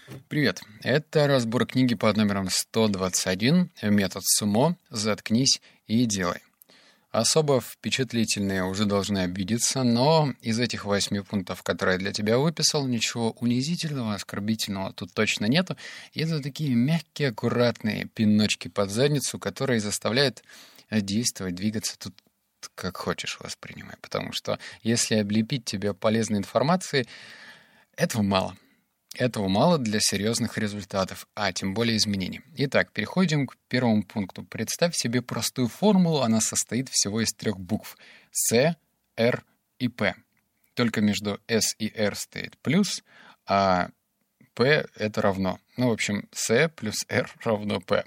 Привет. Это разбор книги под номером 121 «Метод Сумо. Заткнись и делай». Особо впечатлительные уже должны обидеться, но из этих 8 пунктов, которые я для тебя выписал, ничего унизительного, оскорбительного тут точно нету. И это такие мягкие, аккуратные пиночки под задницу, которые заставляют действовать, двигаться тут как хочешь воспринимай. Потому что если облепить тебя полезной информацией, этого мало. Этого мало для серьезных результатов, а тем более изменений. Итак, переходим к первому пункту. Представь себе простую формулу, она состоит всего из 3 букв. С, Р и П. Только между С и Р стоит плюс, а П это равно. В общем, С плюс Р равно П.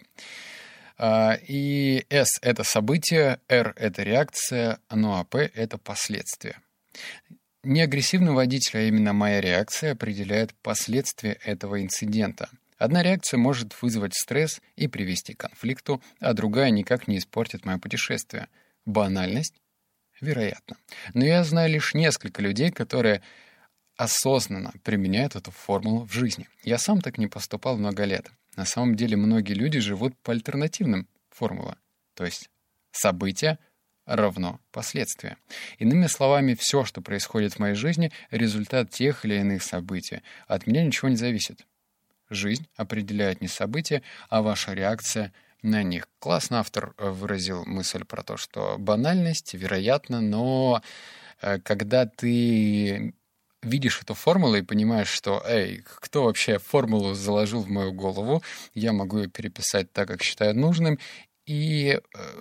И С это событие, Р это реакция, а П это последствия. Не агрессивный водитель, а именно моя реакция определяет последствия этого инцидента. Одна реакция может вызвать стресс и привести к конфликту, а другая никак не испортит мое путешествие. Банальность? Вероятно. Но я знаю лишь несколько людей, которые осознанно применяют эту формулу в жизни. Я сам так не поступал много лет. На самом деле многие люди живут по альтернативным формулам. То есть события равно последствия. Иными словами, все, что происходит в моей жизни, результат тех или иных событий. От меня ничего не зависит. Жизнь определяет не события, а ваша реакция на них. Классно автор выразил мысль про то, что банальность, вероятно, но когда ты видишь эту формулу и понимаешь, что, кто вообще формулу заложил в мою голову, я могу ее переписать так, как считаю нужным, и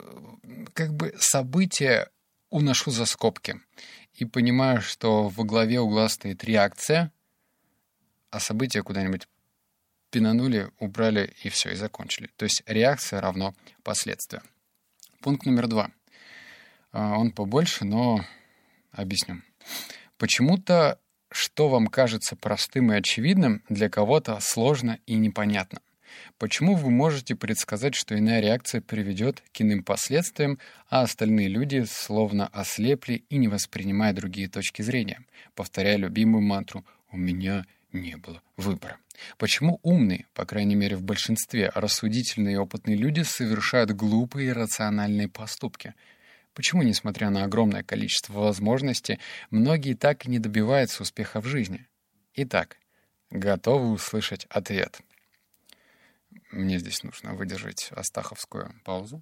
события уношу за скобки. И понимаю, что во главе угла стоит реакция, а события куда-нибудь пинанули, убрали и все, и закончили. То есть реакция равно последствия. Пункт номер 2. Он побольше, но объясню. Почему-то, что вам кажется простым и очевидным, для кого-то сложно и непонятно. Почему вы можете предсказать, что иная реакция приведет к иным последствиям, а остальные люди словно ослепли и не воспринимают другие точки зрения, повторяя любимую мантру «У меня не было выбора». Почему умные, по крайней мере в большинстве, рассудительные и опытные люди совершают глупые и иррациональные поступки? Почему, несмотря на огромное количество возможностей, многие так и не добиваются успеха в жизни? Итак, готовы услышать ответ? Мне здесь нужно выдержать астаховскую паузу.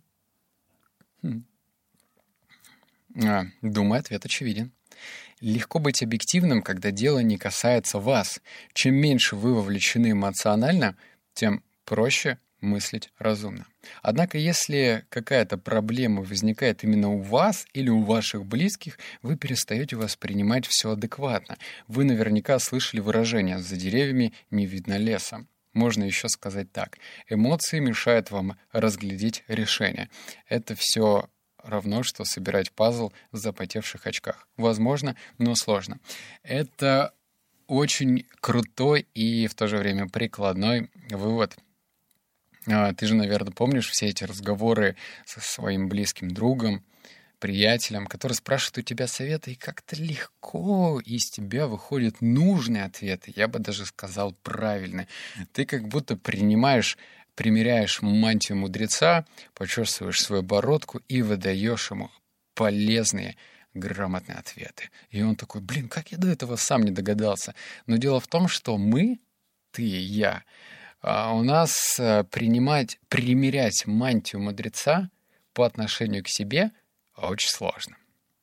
Думаю, ответ очевиден. Легко быть объективным, когда дело не касается вас. Чем меньше вы вовлечены эмоционально, тем проще мыслить разумно. Однако, если какая-то проблема возникает именно у вас или у ваших близких, вы перестаете воспринимать все адекватно. Вы наверняка слышали выражение «за деревьями не видно леса». Можно еще сказать так. Эмоции мешают вам разглядеть решение. Это все равно, что собирать пазл в запотевших очках. Возможно, но сложно. Это очень крутой и в то же время прикладной вывод. Ты же, наверное, помнишь все эти разговоры со своим близким другом, приятелем, который спрашивает у тебя совета, и как-то легко из тебя выходят нужные ответы, я бы даже сказал правильные. Ты как будто примеряешь мантию мудреца, почесываешь свою бородку и выдаешь ему полезные, грамотные ответы. И он такой, как я до этого сам не догадался. Но дело в том, что мы, ты и я, у нас примерять мантию мудреца по отношению к себе очень сложно.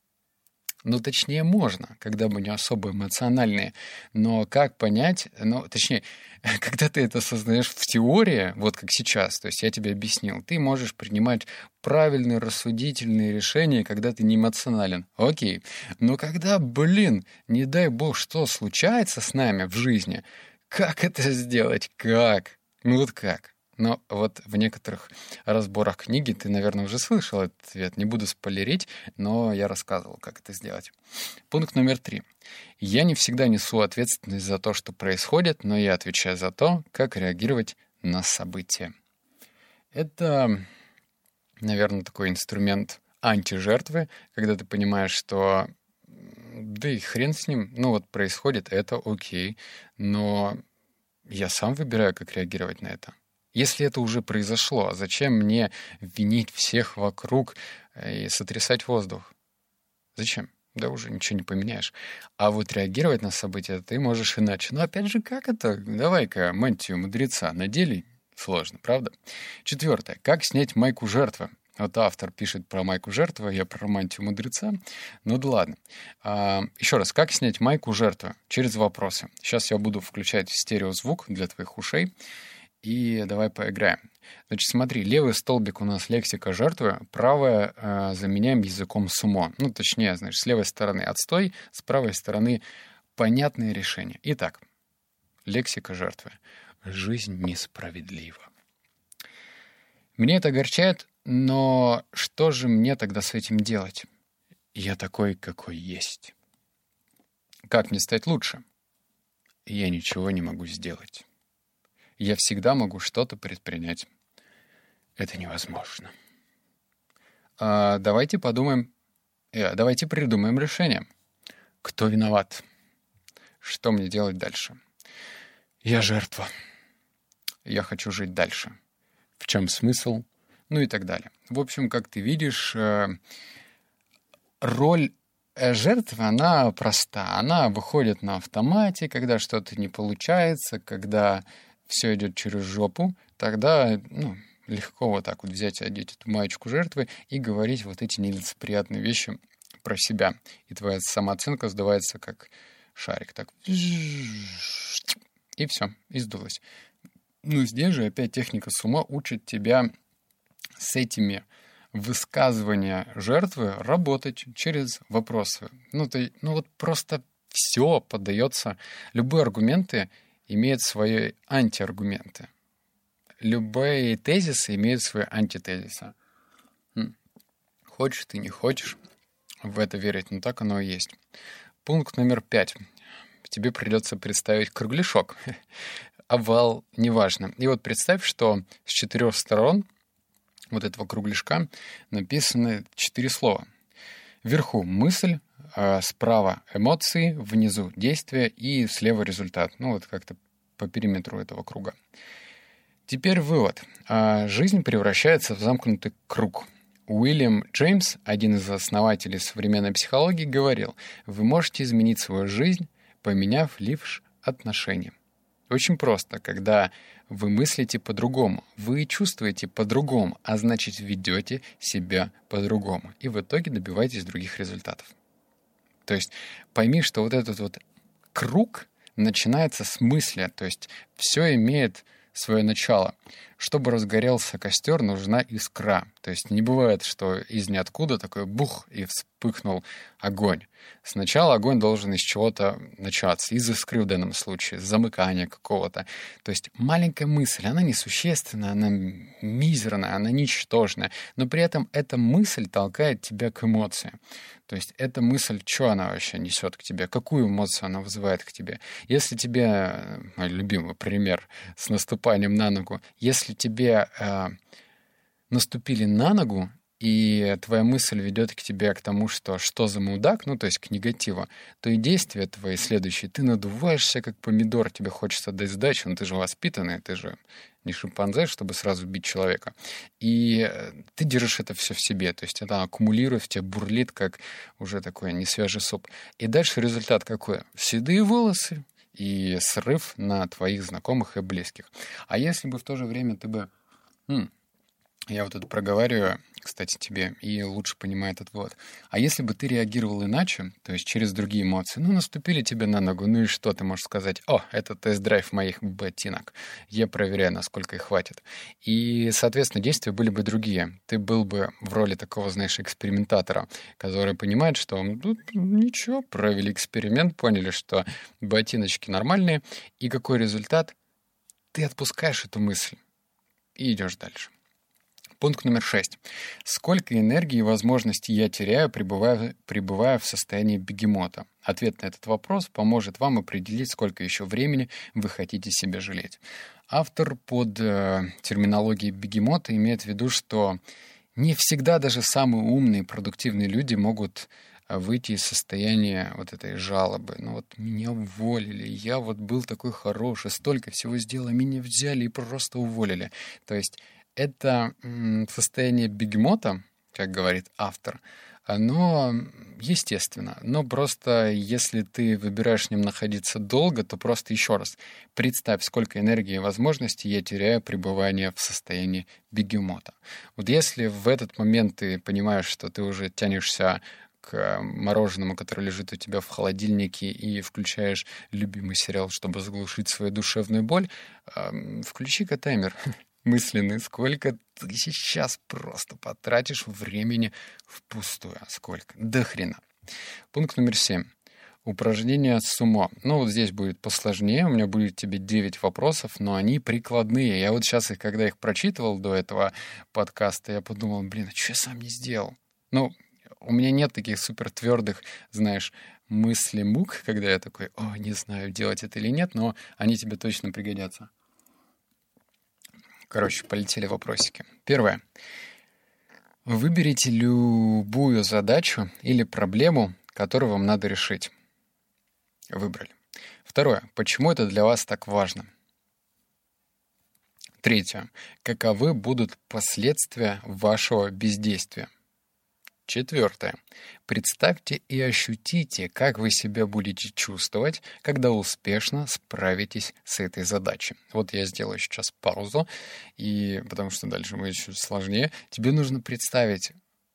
Точнее, можно, когда мы не особо эмоциональные. Но как понять, когда ты это осознаешь в теории, вот как сейчас, то есть я тебе объяснил, ты можешь принимать правильные, рассудительные решения, когда ты не эмоционален. Окей. Но когда, не дай бог, что случается с нами в жизни, как это сделать? Как? Как? Но вот в некоторых разборах книги ты, наверное, уже слышал этот ответ. Не буду спойлерить, но я рассказывал, как это сделать. Пункт номер 3. Я не всегда несу ответственность за то, что происходит, но я отвечаю за то, как реагировать на события. Это, наверное, такой инструмент антижертвы, когда ты понимаешь, что да и хрен с ним, происходит это, окей, но Я сам выбираю, как реагировать на это. Если это уже произошло, зачем мне винить всех вокруг и сотрясать воздух? Зачем? Да уже ничего не поменяешь. А вот реагировать на события ты можешь иначе. Но опять же, как это? Давай-ка мантию мудреца надели. Сложно, правда? 4. Как снять майку жертвы? Вот автор пишет про майку жертвы, я про мантию мудреца. Ну да ладно. Еще раз, как снять майку жертвы? Через вопросы. Сейчас я буду включать стереозвук для твоих ушей. И давай поиграем. Значит, смотри, левый столбик у нас лексика жертвы, правое заменяем языком сумо. Ну, точнее, значит, с левой стороны отстой, с правой стороны понятные решения. Итак, лексика жертвы. Жизнь несправедлива. Мне это огорчает, но что же мне тогда с этим делать? Я такой, какой есть. Как мне стать лучше? Я ничего не могу сделать. Я всегда могу что-то предпринять. Это невозможно. Давайте подумаем, давайте придумаем решение. Кто виноват? Что мне делать дальше? Я жертва. Я хочу жить дальше. В чем смысл? Ну и так далее. В общем, как ты видишь, роль жертвы, она проста. Она выходит на автомате, когда что-то не получается, когда все идет через жопу, тогда легко вот так вот взять и одеть эту маечку жертвы и говорить вот эти нелицеприятные вещи про себя. И твоя самооценка сдувается как шарик. Так. И все, и сдулась. Ну, здесь же опять техника сумо учит тебя с этими высказывания жертвы работать через вопросы. Вот просто все поддается. Любые аргументы имеют свои антиаргументы. Любые тезисы имеют свои антитезисы. Хочешь ты, не хочешь в это верить, но так оно и есть. Пункт номер 5. Тебе придется представить кругляшок. Овал, неважно. И вот представь, что с 4 сторон вот этого кругляшка написаны 4 слова. Вверху мысль, справа эмоции, внизу действия и слева результат. Ну вот как-то по периметру этого круга. Теперь вывод. Жизнь превращается в замкнутый круг. Уильям Джеймс, один из основателей современной психологии, говорил: вы можете изменить свою жизнь, поменяв лишь отношения. Очень просто, когда вы мыслите по-другому, вы чувствуете по-другому, а значит ведете себя по-другому. И в итоге добиваетесь других результатов. То есть пойми, что вот этот вот круг начинается с мысли, то есть все имеет свое начало. Чтобы разгорелся костер, нужна искра. То есть не бывает, что из ниоткуда такой бух и вспыхнул огонь. Сначала огонь должен из чего-то начаться, из искры в данном случае, с замыкания какого-то. То есть маленькая мысль, она несущественная, она мизерная, она ничтожная, но при этом эта мысль толкает тебя к эмоции. То есть эта мысль, что она вообще несет к тебе, какую эмоцию она вызывает к тебе. Если тебе, мой любимый пример с наступанием на ногу, если тебе наступили на ногу, и твоя мысль ведет к тебе к тому, что за мудак, то есть к негативу, то и действия твои следующие, ты надуваешься, как помидор, тебе хочется дать сдачу, но ты же воспитанный, ты же не шимпанзе, чтобы сразу бить человека. И ты держишь это все в себе, то есть это аккумулирует в тебе, бурлит, как уже такой несвежий суп. И дальше результат какой? Седые волосы и срыв на твоих знакомых и близких. А если бы в то же время ты бы... Я вот это проговариваю, кстати, тебе, и лучше понимаю этот вывод. А если бы ты реагировал иначе, то есть через другие эмоции, наступили тебе на ногу, и что ты можешь сказать? О, это тест-драйв моих ботинок. Я проверяю, насколько их хватит. И, соответственно, действия были бы другие. Ты был бы в роли такого, знаешь, экспериментатора, который понимает, что ничего, провели эксперимент, поняли, что ботиночки нормальные, и какой результат? Ты отпускаешь эту мысль и идешь дальше. Пункт номер 6. Сколько энергии и возможностей я теряю, пребывая в состоянии бегемота? Ответ на этот вопрос поможет вам определить, сколько еще времени вы хотите себя жалеть. Автор под терминологией бегемота имеет в виду, что не всегда даже самые умные и продуктивные люди могут выйти из состояния вот этой жалобы. Ну вот меня уволили, я вот был такой хороший, столько всего сделал, а меня взяли и просто уволили. То есть это состояние бегемота, как говорит автор, оно естественно, но просто если ты выбираешь в нем находиться долго, то просто еще раз представь, сколько энергии и возможностей я теряю пребывание в состоянии бегемота. Вот если в этот момент ты понимаешь, что ты уже тянешься к мороженому, которое лежит у тебя в холодильнике, и включаешь любимый сериал, чтобы заглушить свою душевную боль, включи-ка таймер мысленный, сколько ты сейчас просто потратишь времени впустую. А сколько? До хрена. Пункт номер 7. Упражнение сумо. Ну, вот здесь будет посложнее. У меня будет тебе 9 вопросов, но они прикладные. Я вот сейчас, когда их прочитывал до этого подкаста, я подумал, блин, а что я сам не сделал? Ну, у меня нет таких супер твердых, знаешь, мыслей мук, когда я такой, не знаю, делать это или нет, но они тебе точно пригодятся. Короче, полетели вопросики. Первое. Выберите любую задачу или проблему, которую вам надо решить. Выбрали. Второе. Почему это для вас так важно? Третье. Каковы будут последствия вашего бездействия? Четвертое. Представьте и ощутите, как вы себя будете чувствовать, когда успешно справитесь с этой задачей. Вот я сделаю сейчас паузу, потому что дальше будет чуть сложнее. Тебе нужно представить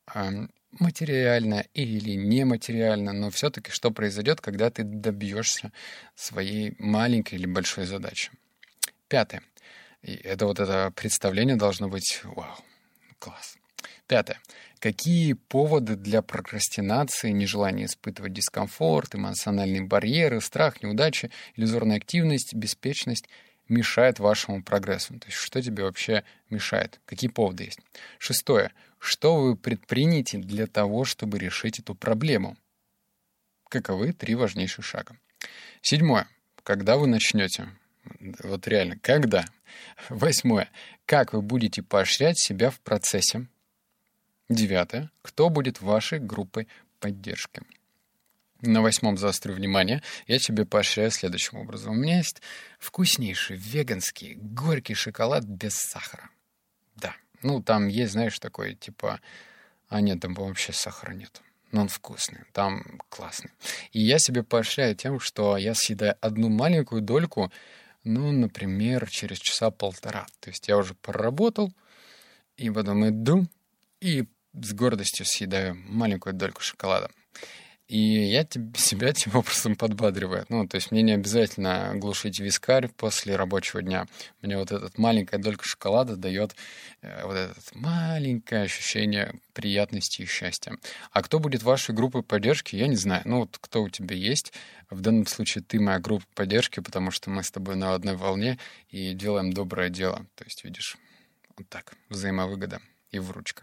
материально или нематериально, но все-таки что произойдет, когда ты добьешься своей маленькой или большой задачи. Пятое. И это представление должно быть вау, класс. Пятое. Какие поводы для прокрастинации, нежелание испытывать дискомфорт, эмоциональные барьеры, страх, неудачи, иллюзорная активность, беспечность мешают вашему прогрессу? То есть что тебе вообще мешает? Какие поводы есть? Шестое. Что вы предпримете для того, чтобы решить эту проблему? Каковы 3 важнейших шага? Седьмое. Когда вы начнете? Вот реально, когда? Восьмое. Как вы будете поощрять себя в процессе? Девятое. Кто будет вашей группой поддержки? На 8 заострю внимание. Я тебе поощряю следующим образом. У меня есть вкуснейший веганский горький шоколад без сахара. Да. Ну, там есть, знаешь, такой типа... нет, там вообще сахара нет. Но он вкусный, там классный. И я себе поощряю тем, что я съедаю одну маленькую дольку, например, через часа полтора. То есть я уже поработал, и потом иду и с гордостью съедаю маленькую дольку шоколада. И я себя тем образом подбадриваю. То есть мне не обязательно глушить вискарь после рабочего дня. Мне вот эта маленькая долька шоколада дает вот это маленькое ощущение приятности и счастья. А кто будет вашей группой поддержки, я не знаю. Вот кто у тебя есть. В данном случае ты моя группа поддержки, потому что мы с тобой на одной волне и делаем доброе дело. То есть, видишь, вот так, взаимовыгода и выручка.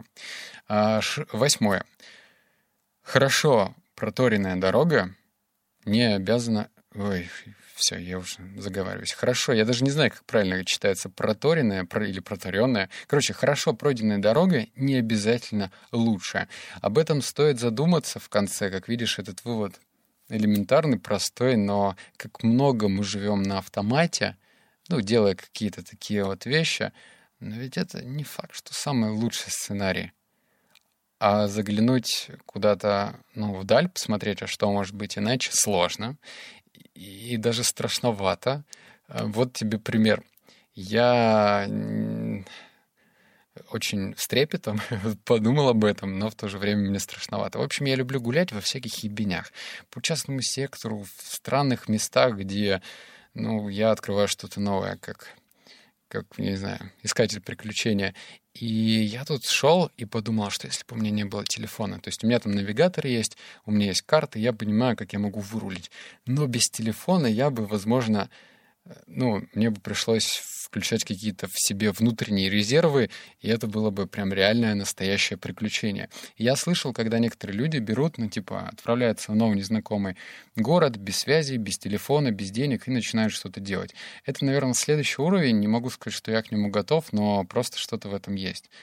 8. Хорошо проторенная дорога не обязана... Ой, все, я уже заговариваюсь. Хорошо, я даже не знаю, как правильно читается проторенная или протаренная. Короче, хорошо пройденная дорога не обязательно лучше. Об этом стоит задуматься в конце. Как видишь, этот вывод элементарный, простой, но как много мы живем на автомате, делая какие-то такие вот вещи, но ведь это не факт, что самый лучший сценарий. А заглянуть куда-то, вдаль, посмотреть, а что может быть иначе, сложно. И даже страшновато. Вот тебе пример. Я очень с трепетом подумал об этом, но в то же время мне страшновато. В общем, я люблю гулять во всяких ебенях. По частному сектору, в странных местах, где, я открываю что-то новое, как, не знаю, искатель приключения. И я тут шел и подумал, что если бы у меня не было телефона, то есть у меня там навигатор есть, у меня есть карты, я понимаю, как я могу вырулить. Но без телефона я бы, возможно, мне бы пришлось включать какие-то в себе внутренние резервы, и это было бы прям реальное настоящее приключение. И я слышал, когда некоторые люди берут, отправляются в новый незнакомый город, без связи, без телефона, без денег, и начинают что-то делать. Это, наверное, следующий уровень. Не могу сказать, что я к нему готов, но просто что-то в этом есть.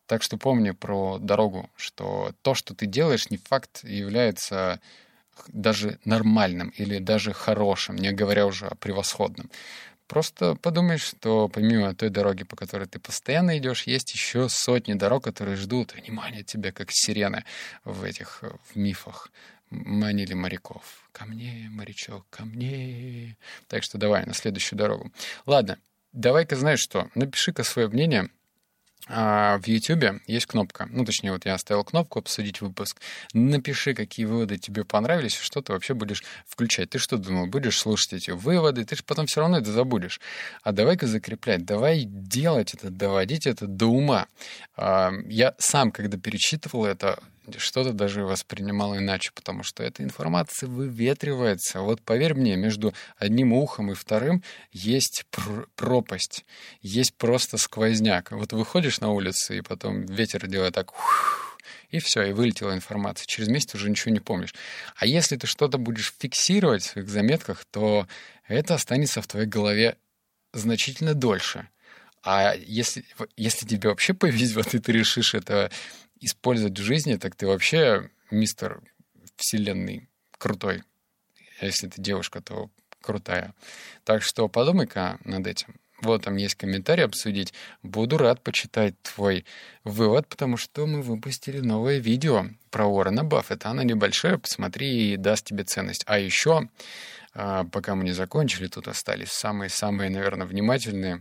Так что помни про дорогу, что то, что ты делаешь, не факт является даже нормальным или даже хорошим, не говоря уже о превосходном. Просто подумай, что помимо той дороги, по которой ты постоянно идешь, есть еще сотни дорог, которые ждут внимания тебя, как сирены в этих в мифах. Манили моряков. Ко мне, морячок, ко мне. Так что давай на следующую дорогу. Ладно, давай-ка знаешь что, напиши-ка свое мнение. В YouTube есть кнопка, ну, точнее, вот я оставил кнопку «Обсудить выпуск». Напиши, какие выводы тебе понравились, и что ты вообще будешь включать. Ты что думал, будешь слушать эти выводы, ты же потом все равно это забудешь. А давай-ка закреплять, давай делать это, доводить это до ума. Я сам, когда перечитывал это, что-то даже воспринимал иначе, потому что эта информация выветривается. Вот поверь мне, между одним ухом и вторым есть пропасть, есть просто сквозняк. Вот выходишь на улицу, и потом ветер делает так, и все, и вылетела информация. Через месяц уже ничего не помнишь. А если ты что-то будешь фиксировать в своих заметках, то это останется в твоей голове значительно дольше. А если тебе вообще повезет, и ты решишь это использовать в жизни, так ты вообще мистер Вселенной крутой. А если ты девушка, то крутая. Так что подумай-ка над этим. Вот там есть комментарий обсудить. Буду рад почитать твой вывод, потому что мы выпустили новое видео про Уоррена Баффета. Оно небольшое, посмотри, и даст тебе ценность. А еще, пока мы не закончили, тут остались самые-самые, наверное, внимательные.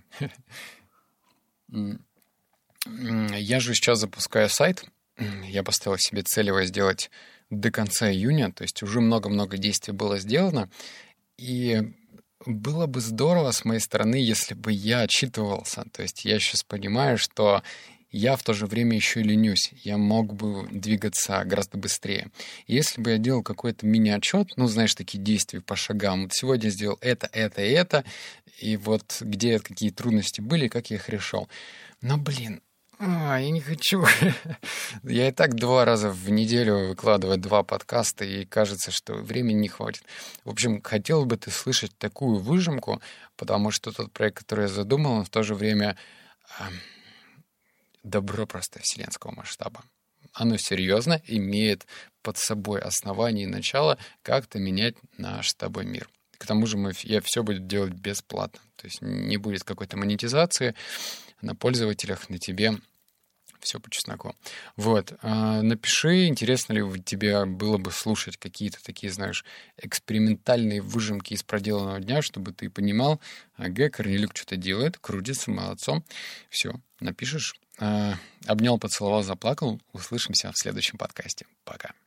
Я же сейчас запускаю сайт. Я поставил себе цель его сделать до конца июня, то есть уже много-много действий было сделано. И было бы здорово с моей стороны, если бы я отчитывался. То есть я сейчас понимаю, что я в то же время еще и ленюсь. Я мог бы двигаться гораздо быстрее. И если бы я делал какой-то мини-отчет, ну, знаешь, такие действия по шагам. Вот сегодня я сделал это и это, и вот где какие трудности были, как я их решил. Но, блин, я не хочу. Я и так 2 раза в неделю выкладываю 2 подкаста, и кажется, что времени не хватит. В общем, хотел бы ты слышать такую выжимку, потому что тот проект, который я задумал, он в то же время добро просто вселенского масштаба. Оно серьезно имеет под собой основание и начало как-то менять наш с тобой мир. К тому же я все буду делать бесплатно. То есть не будет какой-то монетизации на пользователях, на тебе. Все по чесноку. Вот. Напиши, интересно ли тебе было бы слушать какие-то такие, знаешь, экспериментальные выжимки из проделанного дня, чтобы ты понимал, ага, Корнелюк что-то делает, крутится, молодцом. Все, напишешь. Обнял, поцеловал, заплакал. Услышимся в следующем подкасте. Пока.